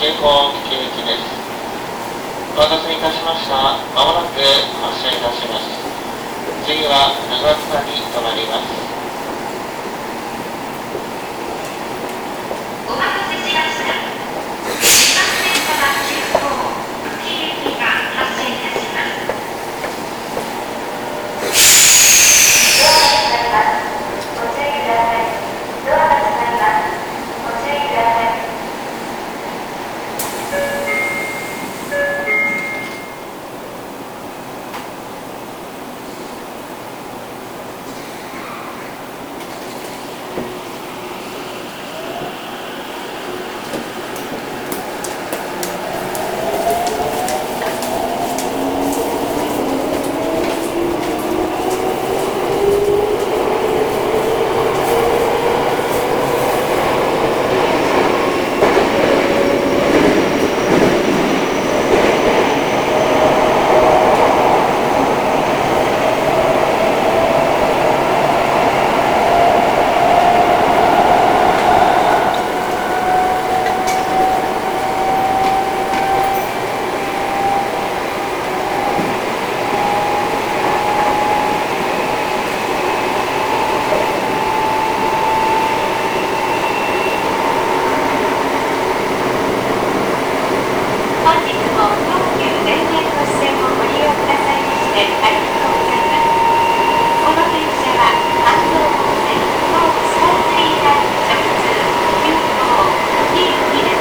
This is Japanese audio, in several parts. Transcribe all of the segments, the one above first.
急行吹き口です。お待たせいたしました。まもなく発車いたします。次は長津田に停まります。 お待たせしました。2番線から急行吹き口が発車いたします。ドアが閉まります。ご注意ください。ドアが閉まります。ご注意ください。本日も東急田園都市線をご利用くださいましてありがとうございます。この電車は半蔵本線東スカイツリーライン直通急行吹き行きです。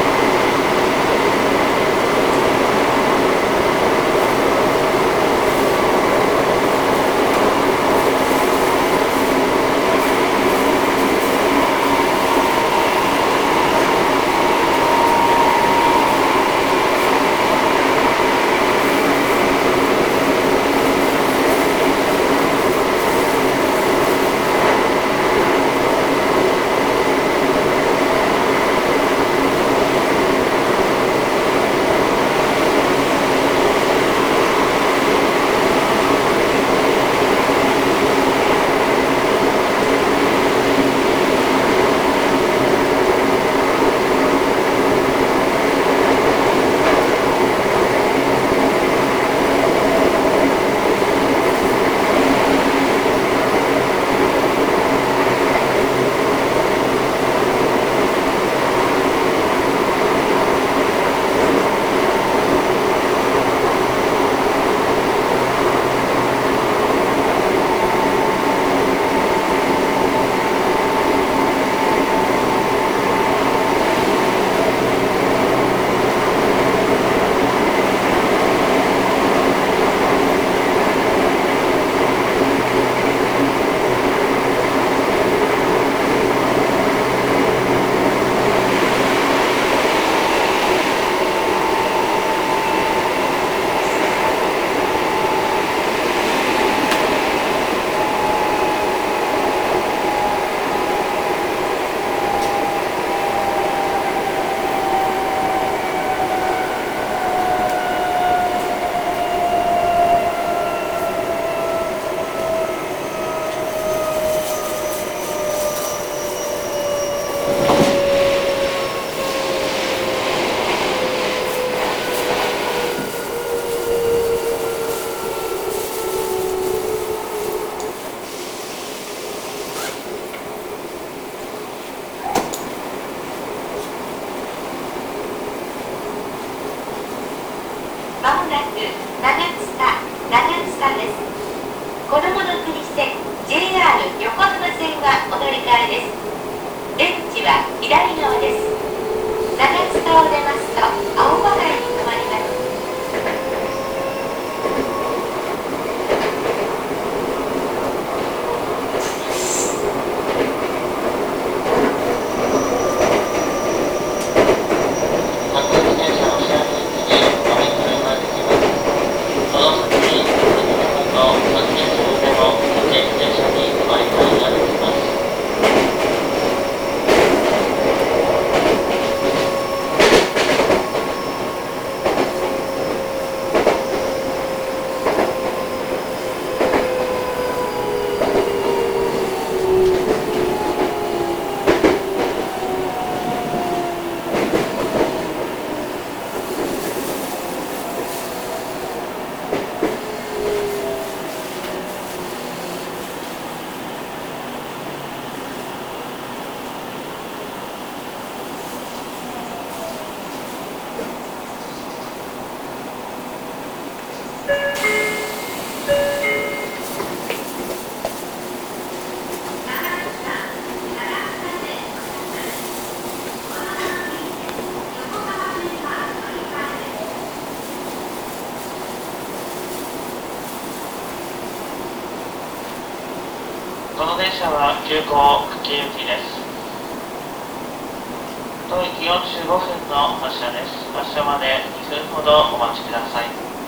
まもなく長津田です。こどもの国線 JR 横浜線はお乗り換えです。出口は左側です。長津田を出ますと青葉台に停まります。 各駅停車の終点にお見送りができます。この先、国分の各駅それでも各駅停車にお乗り換えができます。 この電車は急行久喜行きです。当駅45分の発車です。発車まで2分ほどお待ちください。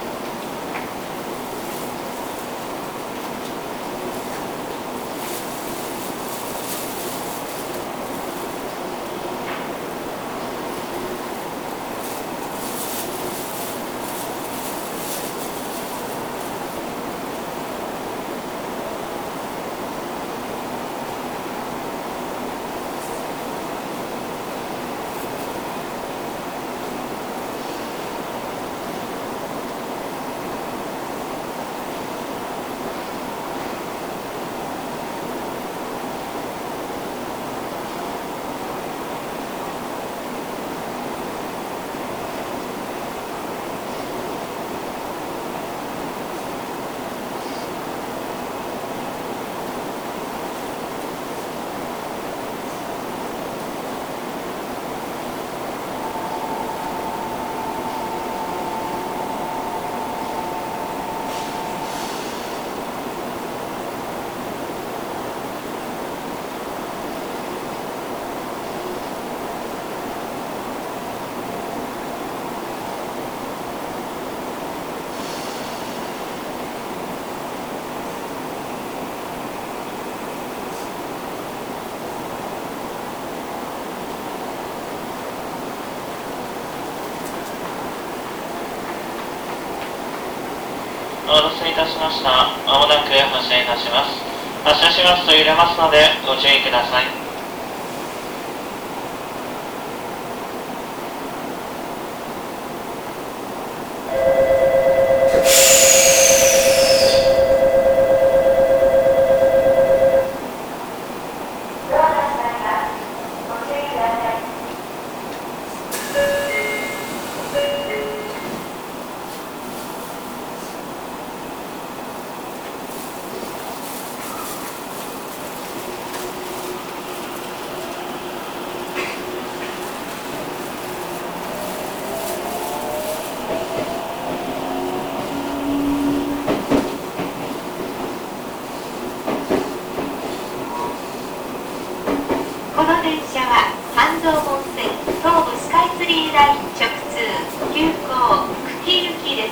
お待たせいたしました。まもなく発車いたします。発車しますと揺れますのでご注意ください。 この電車は半蔵門線東武スカイツリーライン直通急行久喜行きです。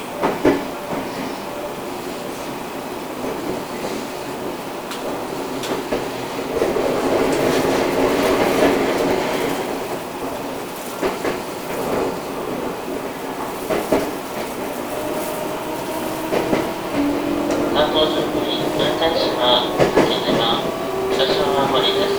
担当順に運転士は竹島、車掌は森です。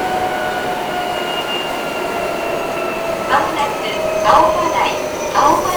青葉台